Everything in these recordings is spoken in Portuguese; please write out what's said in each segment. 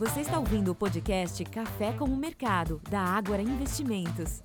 Você está ouvindo o podcast Café com o Mercado, da Ágora Investimentos.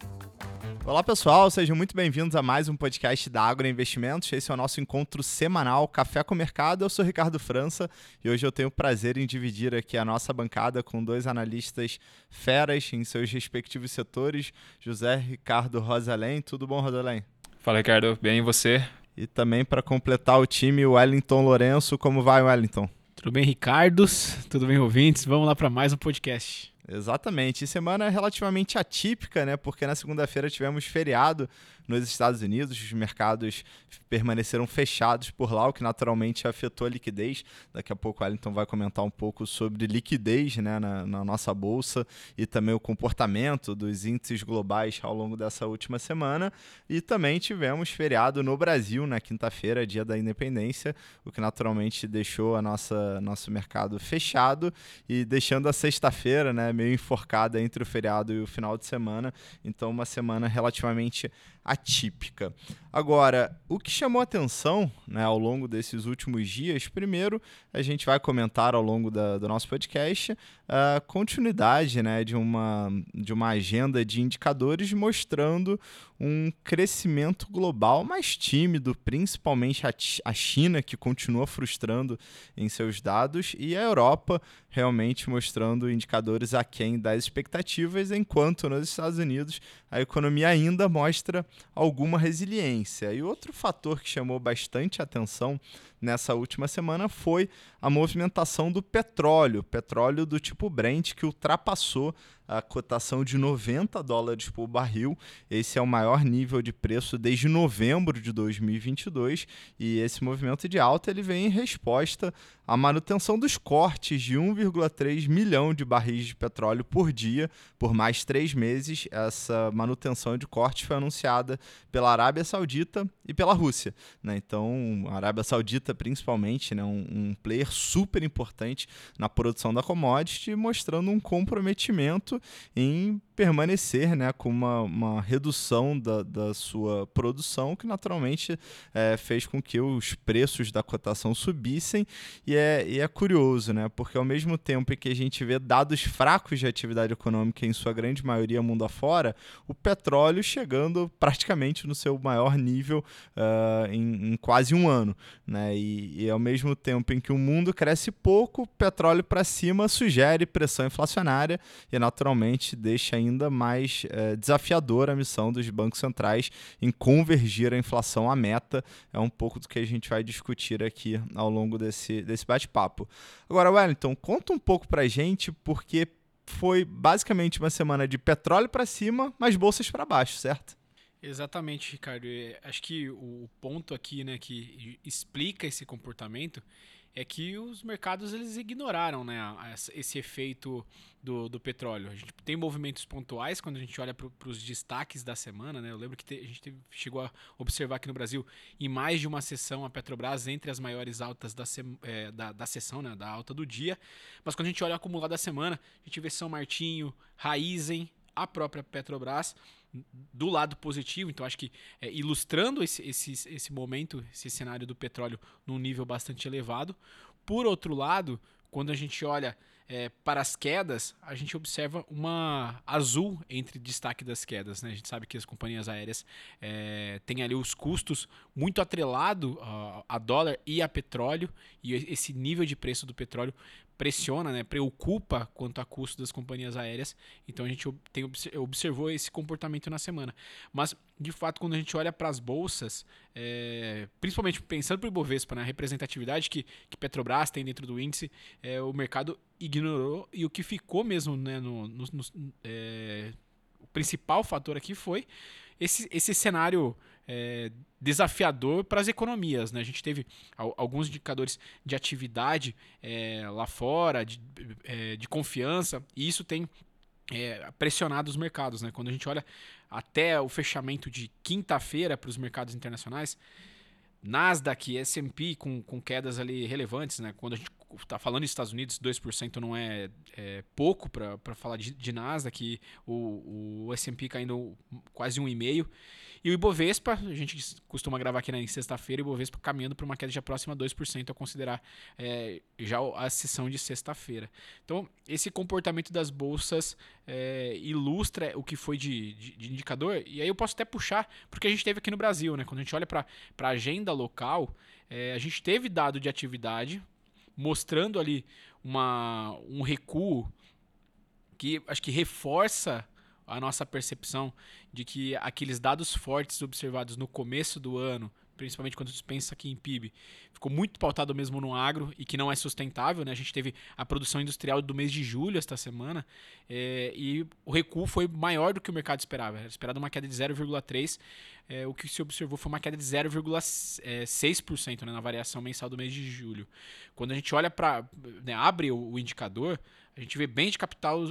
Olá pessoal, sejam muito bem-vindos a mais um podcast da Ágora Investimentos. Esse é o nosso encontro semanal Café com o Mercado. Eu sou Ricardo França e hoje eu tenho o prazer em dividir aqui a nossa bancada com dois analistas feras em seus respectivos setores, José Ricardo Rosalém. Tudo bom, Rosalém? Fala, Ricardo. Bem, e você? E também para completar o time, o Wellington Lourenço. Como vai, Wellington? Tudo bem, Ricardos? Tudo bem, ouvintes? Vamos lá para mais um podcast. Exatamente. E semana relativamente atípica, né? Porque na segunda-feira tivemos feriado nos Estados Unidos, os mercados permaneceram fechados por lá, o que naturalmente afetou a liquidez. Daqui a pouco o Wellington vai comentar um pouco sobre liquidez, né, na nossa bolsa e também o comportamento dos índices globais ao longo dessa última semana. E também tivemos feriado no Brasil na quinta-feira, dia da independência, o que naturalmente deixou nosso mercado fechado e deixando a sexta-feira, né, meio enforcada entre o feriado e o final de semana. Então uma semana relativamente atípica. Agora, o que chamou atenção, né, ao longo desses últimos dias, primeiro, a gente vai comentar ao longo do nosso podcast a continuidade, né, de uma agenda de indicadores mostrando um crescimento global mais tímido, principalmente a China, que continua frustrando em seus dados, e a Europa realmente mostrando indicadores aquém das expectativas, enquanto nos Estados Unidos a economia ainda mostra alguma resiliência. E outro fator que chamou bastante atenção nessa última semana foi a movimentação do petróleo do tipo Brent, que ultrapassou a cotação de $90 por barril. Esse é o maior nível de preço desde novembro de 2022 e esse movimento de alta ele vem em resposta à manutenção dos cortes de 1,3 milhão de barris de petróleo por dia por mais 3 meses. Essa manutenção de cortes foi anunciada pela Arábia Saudita e pela Rússia, né? Então, a Arábia Saudita principalmente, né, um player super importante na produção da commodity, mostrando um comprometimento em permanecer, né, com uma redução da sua produção, que naturalmente fez com que os preços da cotação subissem. E é curioso, né, porque ao mesmo tempo que a gente vê dados fracos de atividade econômica em sua grande maioria mundo afora, o petróleo chegando praticamente no seu maior nível em quase um ano, né, e ao mesmo tempo em que o mundo cresce pouco, petróleo para cima sugere pressão inflacionária e naturalmente deixa ainda mais desafiadora a missão dos bancos centrais em convergir a inflação à meta. É um pouco do que a gente vai discutir aqui ao longo desse bate-papo. Agora, Wellington, conta um pouco pra gente, porque foi basicamente uma semana de petróleo para cima, mas bolsas para baixo, certo? Exatamente, Ricardo. Acho que o ponto aqui, né, que explica esse comportamento é que os mercados eles ignoraram, né, esse efeito do petróleo. A gente tem movimentos pontuais quando a gente olha para os destaques da semana, né? Eu lembro que a gente chegou a observar aqui no Brasil, em mais de uma sessão, a Petrobras entre as maiores altas da sessão, né, da alta do dia. Mas quando a gente olha o acumulado da semana, a gente vê São Martinho, Raízen, a própria Petrobras do lado positivo. Então acho que ilustrando esse momento, esse cenário do petróleo num nível bastante elevado. Por outro lado, quando a gente olha para as quedas, a gente observa uma azul entre destaque das quedas, né? A gente sabe que as companhias aéreas têm ali os custos muito atrelado a dólar e a petróleo, e esse nível de preço do petróleo pressiona, né, preocupa quanto a custo das companhias aéreas. Então a gente observou esse comportamento na semana. Mas, de fato, quando a gente olha para as bolsas, principalmente pensando para o Ibovespa, na representatividade que Petrobras tem dentro do índice, o mercado ignorou, e o que ficou mesmo, né, o principal fator aqui foi esse cenário desafiador para as economias, né? A gente teve alguns indicadores de atividade lá fora, de confiança, e isso tem pressionado os mercados, né? Quando a gente olha até o fechamento de quinta-feira para os mercados internacionais, Nasdaq e S&P com quedas ali relevantes, né? Quando a gente tá falando dos Estados Unidos, 2% não é pouco para falar de Nasdaq, o S&P caindo quase 1,5%. E o Ibovespa, a gente costuma gravar aqui em sexta-feira, o Ibovespa caminhando para uma queda já próxima a 2%, a considerar já a sessão de sexta-feira. Então, esse comportamento das bolsas ilustra o que foi de indicador, e aí eu posso até puxar, porque a gente teve aqui no Brasil, né? Quando a gente olha para a agenda local, a gente teve dado de atividade, mostrando ali um recuo que acho que reforça a nossa percepção de que aqueles dados fortes observados no começo do ano, principalmente quando se pensa aqui em PIB, ficou muito pautado mesmo no agro e que não é sustentável, né? A gente teve a produção industrial do mês de julho esta semana e o recuo foi maior do que o mercado esperava. Era esperado uma queda de 0,3%, o que se observou foi uma queda de 0,6%, né, na variação mensal do mês de julho. Quando a gente olha abre o indicador, a gente vê bens de capital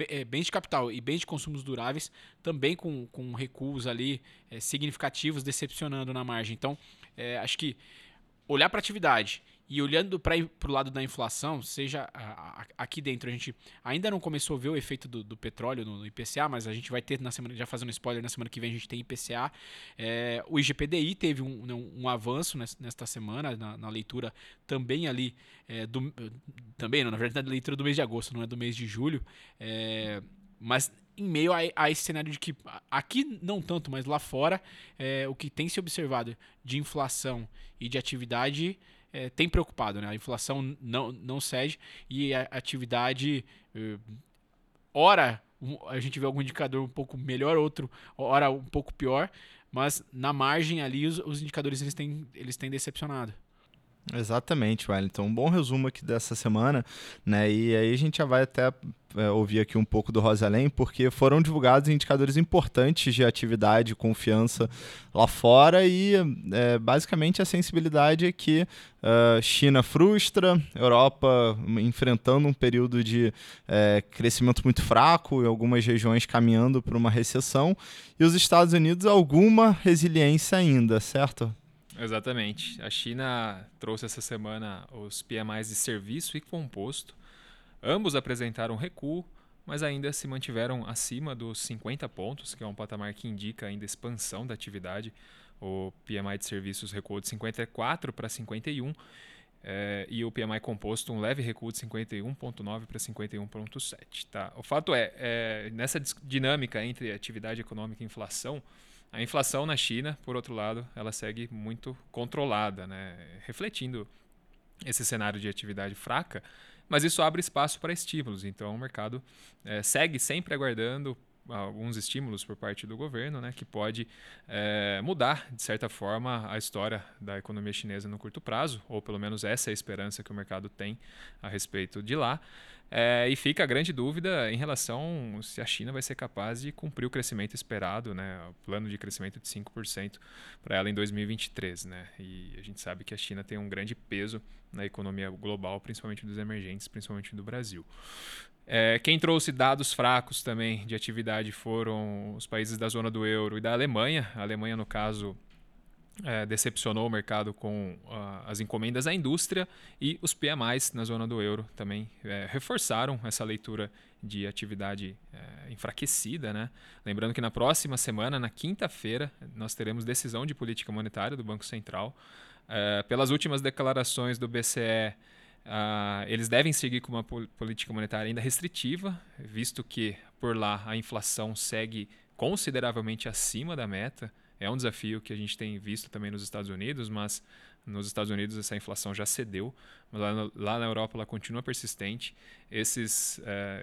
e bens de consumos duráveis também com recuos ali significativos, decepcionando na margem. Então, acho que olhar para a atividade e olhando para o lado da inflação, seja aqui dentro, a gente ainda não começou a ver o efeito do petróleo no IPCA, mas a gente vai ter na semana, já fazendo spoiler, na semana que vem a gente tem IPCA. O IGPDI teve um avanço nesta semana, na leitura também ali, também, na verdade, na leitura do mês de agosto, não é do mês de julho, mas em meio a esse cenário de que aqui não tanto, mas lá fora, o que tem se observado de inflação e de atividade tem preocupado, né? A inflação não cede e a atividade, ora a gente vê algum indicador um pouco melhor, outro ora um pouco pior, mas na margem ali os indicadores eles têm decepcionado. Exatamente, Wellington. Um bom resumo aqui dessa semana, né? E aí a gente já vai até ouvir aqui um pouco do Rosalém, porque foram divulgados indicadores importantes de atividade e confiança lá fora e basicamente a sensibilidade é que China frustra, Europa enfrentando um período de crescimento muito fraco, em algumas regiões caminhando para uma recessão, e os Estados Unidos alguma resiliência ainda, certo? Exatamente. A China trouxe essa semana os PMIs de serviço e composto. Ambos apresentaram recuo, mas ainda se mantiveram acima dos 50 pontos, que é um patamar que indica ainda expansão da atividade. O PMI de serviços recuou de 54 para 51, e o PMI composto um leve recuo de 51,9 para 51,7. Tá? O fato nessa dinâmica entre atividade econômica e inflação, a inflação na China, por outro lado, ela segue muito controlada, né? Refletindo esse cenário de atividade fraca, mas isso abre espaço para estímulos. Então, o mercado segue sempre aguardando alguns estímulos por parte do governo, né, que pode mudar, de certa forma, a história da economia chinesa no curto prazo, ou pelo menos essa é a esperança que o mercado tem a respeito de lá. E fica a grande dúvida em relação se a China vai ser capaz de cumprir o crescimento esperado, né, o plano de crescimento de 5% para ela em 2023. Né? E a gente sabe que a China tem um grande peso na economia global, principalmente dos emergentes, principalmente do Brasil. Quem trouxe dados fracos também de atividade foram os países da zona do euro e da Alemanha. A Alemanha, no caso, decepcionou o mercado com as encomendas à indústria, e os PMIs na zona do euro também reforçaram essa leitura de atividade enfraquecida. Né? Lembrando que na próxima semana, na quinta-feira, nós teremos decisão de política monetária do Banco Central. Pelas últimas declarações do BCE, eles devem seguir com uma política monetária ainda restritiva, visto que por lá a inflação segue consideravelmente acima da meta. É um desafio que a gente tem visto também nos Estados Unidos, mas nos Estados Unidos essa inflação já cedeu, mas lá na Europa ela continua persistente. Esses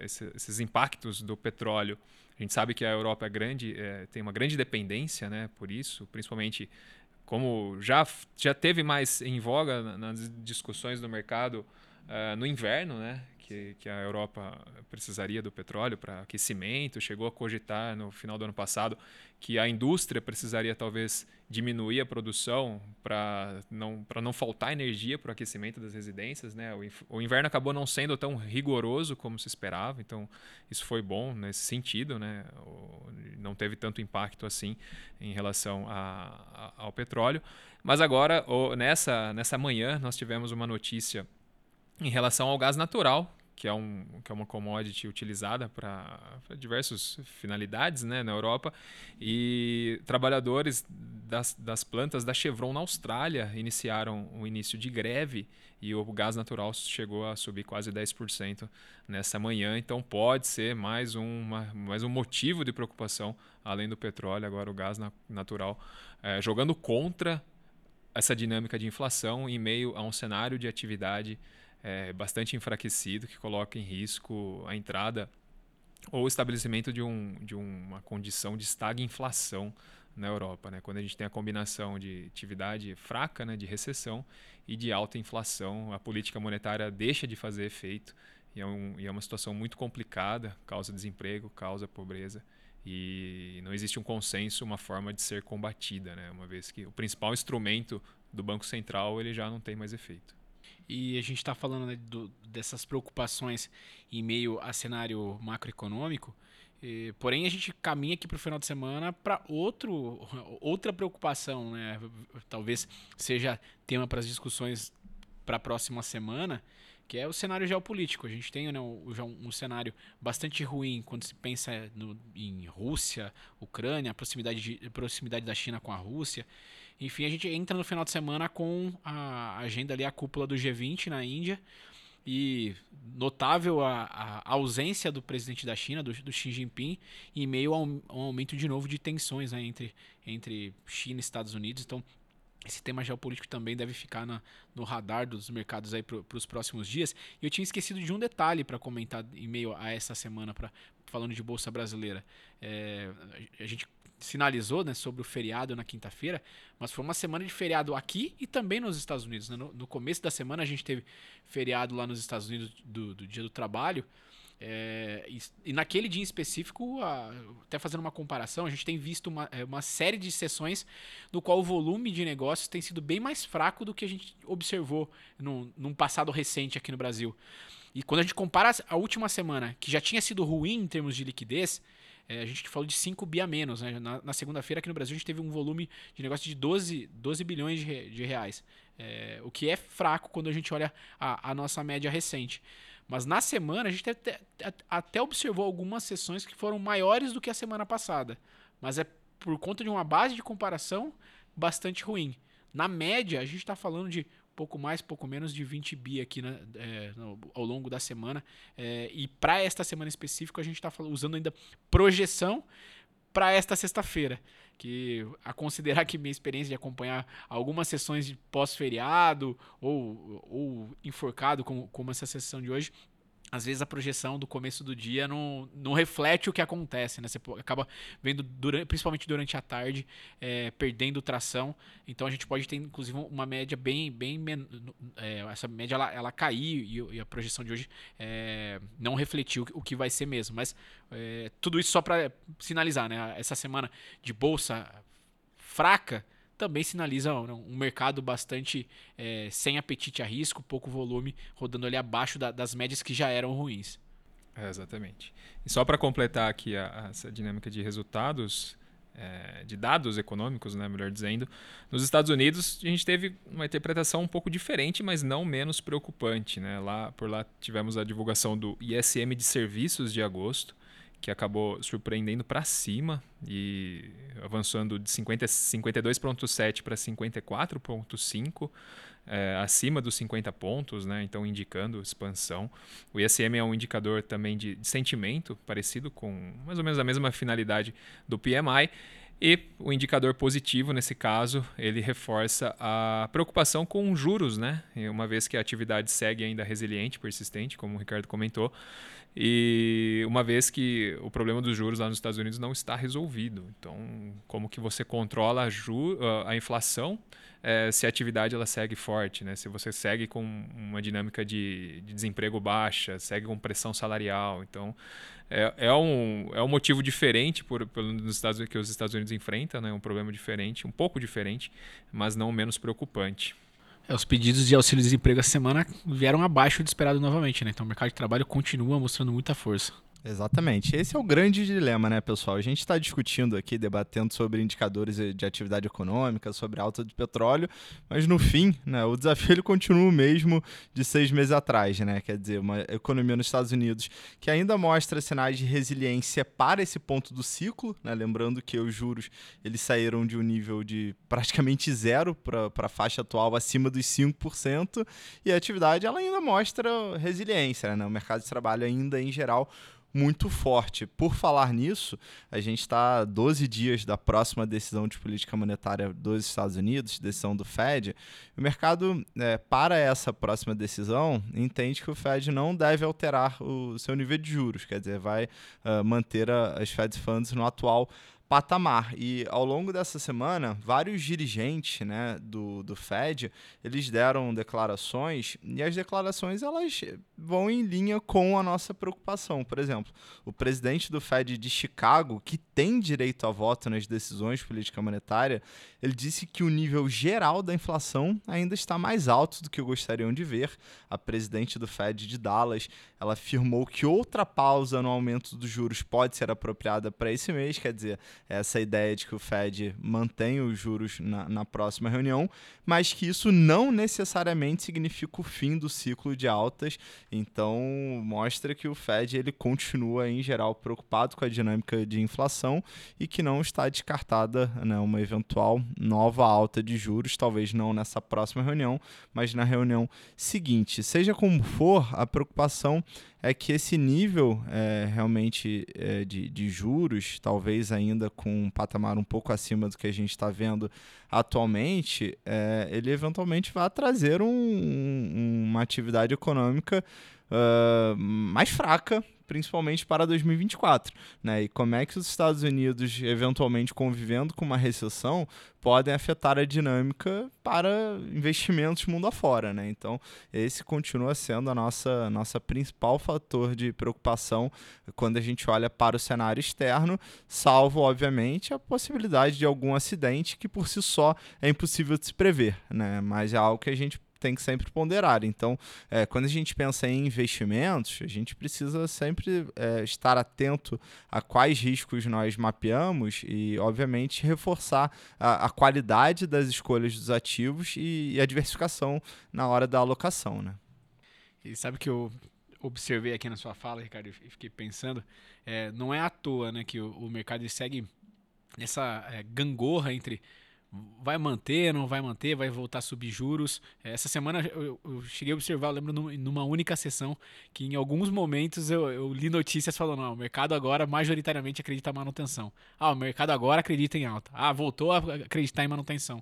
impactos do petróleo, a gente sabe que a Europa tem uma grande dependência, né, por isso, principalmente como já teve mais em voga nas discussões do mercado no inverno, né, que a Europa precisaria do petróleo para aquecimento, chegou a cogitar no final do ano passado que a indústria precisaria talvez diminuir a produção para não faltar energia para o aquecimento das residências. Né? O inverno acabou não sendo tão rigoroso como se esperava, então isso foi bom nesse sentido, né? Não teve tanto impacto assim em relação ao petróleo. Mas agora, nessa manhã, nós tivemos uma notícia Em relação ao gás natural, que é uma commodity utilizada para diversas finalidades, né, na Europa, e trabalhadores das plantas da Chevron na Austrália iniciaram o início de greve e o gás natural chegou a subir quase 10% nessa manhã. Então pode ser mais um motivo de preocupação, além do petróleo, agora o gás natural jogando contra essa dinâmica de inflação em meio a um cenário de atividade bastante enfraquecido, que coloca em risco a entrada ou o estabelecimento de uma condição de estagflação na Europa, né? Quando a gente tem a combinação de atividade fraca, né, de recessão, e de alta inflação, a política monetária deixa de fazer efeito e é uma situação muito complicada, causa desemprego, causa pobreza, e não existe um consenso, uma forma de ser combatida, né? Uma vez que o principal instrumento do Banco Central ele já não tem mais efeito. E a gente está falando, né, dessas preocupações em meio a cenário macroeconômico, porém a gente caminha aqui para o final de semana para outra preocupação, né? Talvez seja tema para as discussões para a próxima semana, que é o cenário geopolítico. A gente tem, né, um cenário bastante ruim quando se pensa em Rússia, Ucrânia, a proximidade da China com a Rússia. Enfim, a gente entra no final de semana com a agenda ali, a cúpula do G20 na Índia, e notável a ausência do presidente da China, do Xi Jinping, em meio a um aumento de novo de tensões, né, entre China e Estados Unidos. Então, esse tema geopolítico também deve ficar no radar dos mercados aí para os próximos dias. E eu tinha esquecido de um detalhe para comentar em meio a essa semana, falando de Bolsa Brasileira. A gente sinalizou, né, sobre o feriado na quinta-feira, mas foi uma semana de feriado aqui e também nos Estados Unidos, né? No começo da semana a gente teve feriado lá nos Estados Unidos do Dia do Trabalho, e naquele dia em específico, até fazendo uma comparação, a gente tem visto uma série de sessões no qual o volume de negócios tem sido bem mais fraco do que a gente observou num passado recente aqui no Brasil. E quando a gente compara a última semana, que já tinha sido ruim em termos de liquidez, a gente falou de 5 bi a menos, né? Na segunda-feira aqui no Brasil a gente teve um volume de negócio de 12 bilhões de reais, o que é fraco quando a gente olha a nossa média recente. Mas na semana a gente até observou algumas sessões que foram maiores do que a semana passada, mas é por conta de uma base de comparação bastante ruim. Na média a gente está falando de pouco mais, pouco menos de 20 bi aqui, né, ao longo da semana. E para esta semana específica, a gente está usando ainda projeção para esta sexta-feira. Que, a considerar que minha experiência de acompanhar algumas sessões de pós-feriado ou enforcado, como essa sessão de hoje, às vezes a projeção do começo do dia não reflete o que acontece, né? Você acaba vendo, principalmente durante a tarde, perdendo tração. Então a gente pode ter, inclusive, uma média essa média ela caiu e a projeção de hoje não refletiu o que vai ser mesmo. Mas tudo isso só para sinalizar, né? Essa semana de bolsa fraca também sinaliza um mercado bastante sem apetite a risco, pouco volume, rodando ali abaixo das médias que já eram ruins. Exatamente. E só para completar aqui essa dinâmica de resultados, de dados econômicos, né, melhor dizendo, nos Estados Unidos a gente teve uma interpretação um pouco diferente, mas não menos preocupante, né? Por lá tivemos a divulgação do ISM de serviços de agosto, que acabou surpreendendo para cima e avançando de 52,7 para 54,5, acima dos 50 pontos, né? Então indicando expansão. O ISM é um indicador também de sentimento, parecido com mais ou menos a mesma finalidade do PMI. E o indicador positivo, nesse caso, ele reforça a preocupação com juros, né? Uma vez que a atividade segue ainda resiliente, persistente, como o Ricardo comentou, e uma vez que o problema dos juros lá nos Estados Unidos não está resolvido. Então, como que você controla a inflação se a atividade ela segue forte, né? Se você segue com uma dinâmica de desemprego baixa, segue com pressão salarial. Então, é um motivo diferente que os Estados Unidos enfrentam, né? Um problema diferente, um pouco diferente, mas não menos preocupante. Os pedidos de auxílio-desemprego essa semana vieram abaixo do esperado novamente, né? Então o mercado de trabalho continua mostrando muita força. Exatamente. Esse é o grande dilema, né, pessoal? A gente está discutindo aqui, debatendo sobre indicadores de atividade econômica, sobre a alta do petróleo, mas no fim, né, o desafio ele continua o mesmo de 6 meses atrás, né? Quer dizer, uma economia nos Estados Unidos que ainda mostra sinais de resiliência para esse ponto do ciclo, né? Lembrando que os juros eles saíram de um nível de praticamente zero para a faixa atual acima dos 5%, e a atividade ela ainda mostra resiliência, né? O mercado de trabalho ainda, em geral, muito forte. Por falar nisso, a gente está a 12 dias da próxima decisão de política monetária dos Estados Unidos, decisão do Fed. O mercado, para essa próxima decisão, entende que o Fed não deve alterar o seu nível de juros, quer dizer, vai manter as Fed Funds no atual patamar. E ao longo dessa semana, vários dirigentes, né, do Fed, eles deram declarações, e as declarações elas vão em linha com a nossa preocupação. Por exemplo, o presidente do Fed de Chicago, que tem direito a voto nas decisões de política monetária, ele disse que o nível geral da inflação ainda está mais alto do que gostariam de ver. A presidente do Fed de Dallas, ela afirmou que outra pausa no aumento dos juros pode ser apropriada para esse mês, quer dizer, essa ideia de que o Fed mantém os juros na próxima reunião, mas que isso não necessariamente significa o fim do ciclo de altas. Então, mostra que o Fed ele continua, em geral, preocupado com a dinâmica de inflação e que não está descartada, né, uma eventual nova alta de juros, talvez não nessa próxima reunião, mas na reunião seguinte. Seja como for, a preocupação é que esse nível realmente de juros, talvez ainda com um patamar um pouco acima do que a gente está vendo atualmente, ele eventualmente vai trazer uma atividade econômica mais fraca, principalmente para 2024, né? E como é que os Estados Unidos, eventualmente convivendo com uma recessão, podem afetar a dinâmica para investimentos mundo afora, né? Então, esse continua sendo a nossa principal fator de preocupação quando a gente olha para o cenário externo, salvo, obviamente, a possibilidade de algum acidente que, por si só, é impossível de se prever, né? Mas é algo que a gente tem que sempre ponderar. Então, quando a gente pensa em investimentos, a gente precisa sempre estar atento a quais riscos nós mapeamos e, obviamente, reforçar a qualidade das escolhas dos ativos e a diversificação na hora da alocação, né? E sabe que eu observei aqui na sua fala, Ricardo, e fiquei pensando, não é à toa, né, que o mercado segue nessa gangorra entre vai manter, não vai manter, vai voltar a subir juros. Essa semana eu cheguei a observar, eu lembro numa única sessão, que em alguns momentos eu li notícias falando, o mercado agora majoritariamente acredita em manutenção. O mercado agora acredita em alta. Voltou a acreditar em manutenção.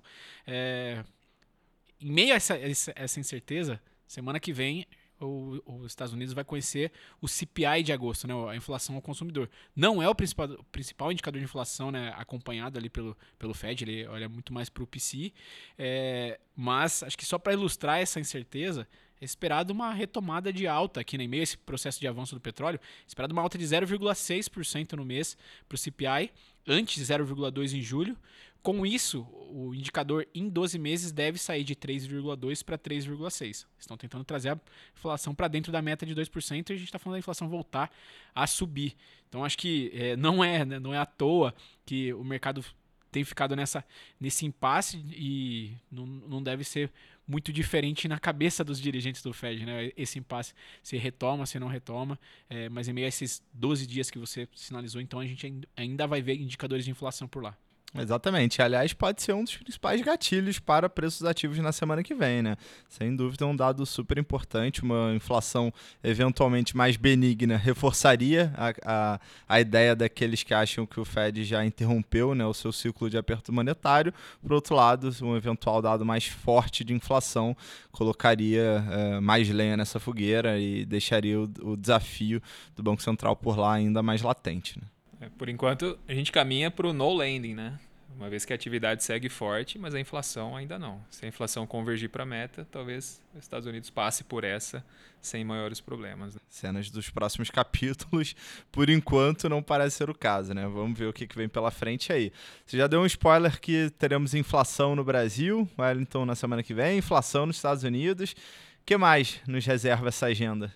Em meio a essa incerteza, semana que vem os Estados Unidos vai conhecer o CPI de agosto, né, a inflação ao consumidor. Não é o principal indicador de inflação, né, acompanhado ali pelo Fed, ele olha muito mais para o PCI, mas acho que só para ilustrar essa incerteza, é esperado uma retomada de alta aqui, né, em meio a esse processo de avanço do petróleo, esperado uma alta de 0,6% no mês para o CPI, antes de 0,2% em julho. Com isso, o indicador em 12 meses deve sair de 3,2% para 3,6%. Estão tentando trazer a inflação para dentro da meta de 2% e a gente está falando da inflação voltar a subir. Então, acho que não é à toa que o mercado tem ficado nesse impasse e não deve ser muito diferente na cabeça dos dirigentes do Fed, né? Esse impasse, se retoma, se não retoma, mas em meio a esses 12 dias que você sinalizou, então a gente ainda vai ver indicadores de inflação por lá. Exatamente. Aliás, pode ser um dos principais gatilhos para preços ativos na semana que vem, né? Sem dúvida, um dado super importante. Uma inflação eventualmente mais benigna reforçaria a ideia daqueles que acham que o Fed já interrompeu, né, o seu ciclo de aperto monetário. Por outro lado, um eventual dado mais forte de inflação colocaria mais lenha nessa fogueira e deixaria o desafio do Banco Central por lá ainda mais latente, né? Por enquanto, a gente caminha para o no landing, né? Uma vez que a atividade segue forte, mas a inflação ainda não. Se a inflação convergir para a meta, talvez os Estados Unidos passe por essa sem maiores problemas, né? Cenas dos próximos capítulos, por enquanto, não parece ser o caso, né? Vamos ver o que vem pela frente aí. Você já deu um spoiler que teremos inflação no Brasil, Wellington, na semana que vem, inflação nos Estados Unidos. O que mais nos reserva essa agenda?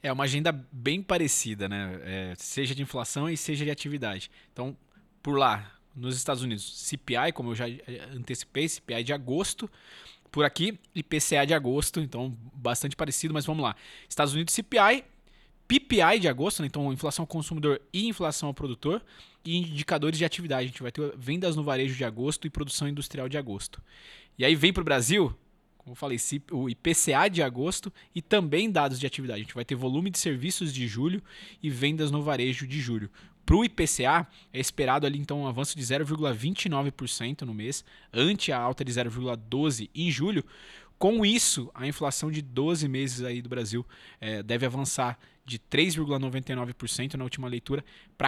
É uma agenda bem parecida, né? Seja de inflação e seja de atividade. Então, por lá, nos Estados Unidos, CPI, como eu já antecipei, CPI de agosto. Por aqui, IPCA de agosto, então bastante parecido, mas vamos lá. Estados Unidos, CPI, PPI de agosto, né? Então inflação ao consumidor e inflação ao produtor, e indicadores de atividade. A gente vai ter vendas no varejo de agosto e produção industrial de agosto. E aí vem para o Brasil, como eu falei, o IPCA de agosto e também dados de atividade. A gente vai ter volume de serviços de julho e vendas no varejo de julho. Para o IPCA, é esperado ali então um avanço de 0,29% no mês, ante a alta de 0,12% em julho. Com isso, a inflação de 12 meses aí do Brasil deve avançar de 3,99% na última leitura para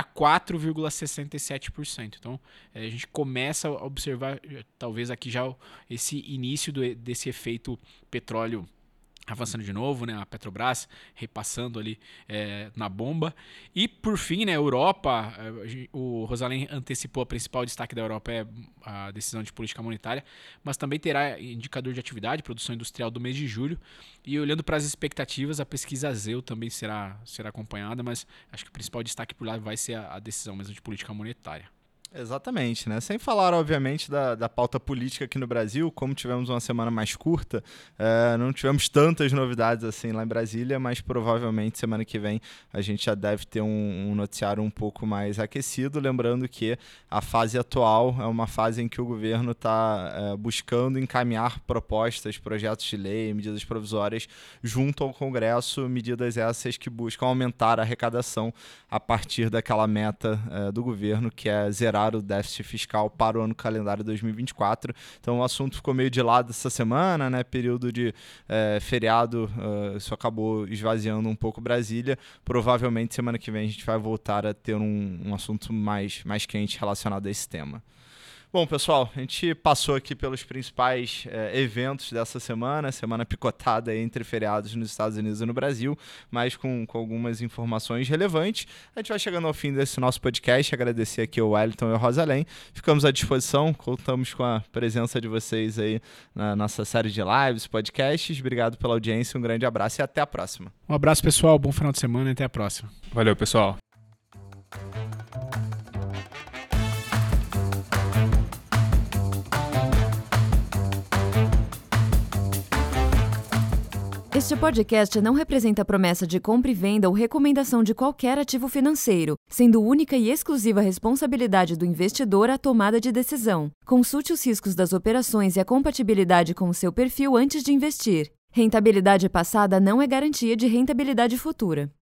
4,67%. Então, a gente começa a observar, talvez aqui já esse início desse efeito petróleo avançando de novo, né? A Petrobras repassando ali na bomba. E, por fim, né, Europa, o Rosalém antecipou, a principal destaque da Europa é a decisão de política monetária, mas também terá indicador de atividade, produção industrial do mês de julho. E olhando para as expectativas, a pesquisa ZEU também será acompanhada, mas acho que o principal destaque por lá vai ser a decisão mesmo de política monetária. Exatamente, né? Sem falar, obviamente, da pauta política aqui no Brasil, como tivemos uma semana mais curta, não tivemos tantas novidades assim lá em Brasília, mas provavelmente semana que vem a gente já deve ter um noticiário um pouco mais aquecido, lembrando que a fase atual é uma fase em que o governo está buscando encaminhar propostas, projetos de lei, medidas provisórias junto ao Congresso, medidas essas que buscam aumentar a arrecadação a partir daquela meta do governo, que é zerar o déficit fiscal para o ano calendário 2024. Então o assunto ficou meio de lado essa semana, né? Período de feriado, isso acabou esvaziando um pouco Brasília. Provavelmente semana que vem a gente vai voltar a ter um assunto mais quente relacionado a esse tema. Bom, pessoal, a gente passou aqui pelos principais eventos dessa semana picotada entre feriados nos Estados Unidos e no Brasil, mas com algumas informações relevantes. A gente vai chegando ao fim desse nosso podcast, agradecer aqui ao Wellington e ao Rosalém. Ficamos à disposição, contamos com a presença de vocês aí na nossa série de lives, podcasts. Obrigado pela audiência, um grande abraço e até a próxima. Um abraço, pessoal, bom final de semana e até a próxima. Valeu, pessoal. Este podcast não representa promessa de compra e venda ou recomendação de qualquer ativo financeiro, sendo única e exclusiva responsabilidade do investidor a tomada de decisão. Consulte os riscos das operações e a compatibilidade com o seu perfil antes de investir. Rentabilidade passada não é garantia de rentabilidade futura.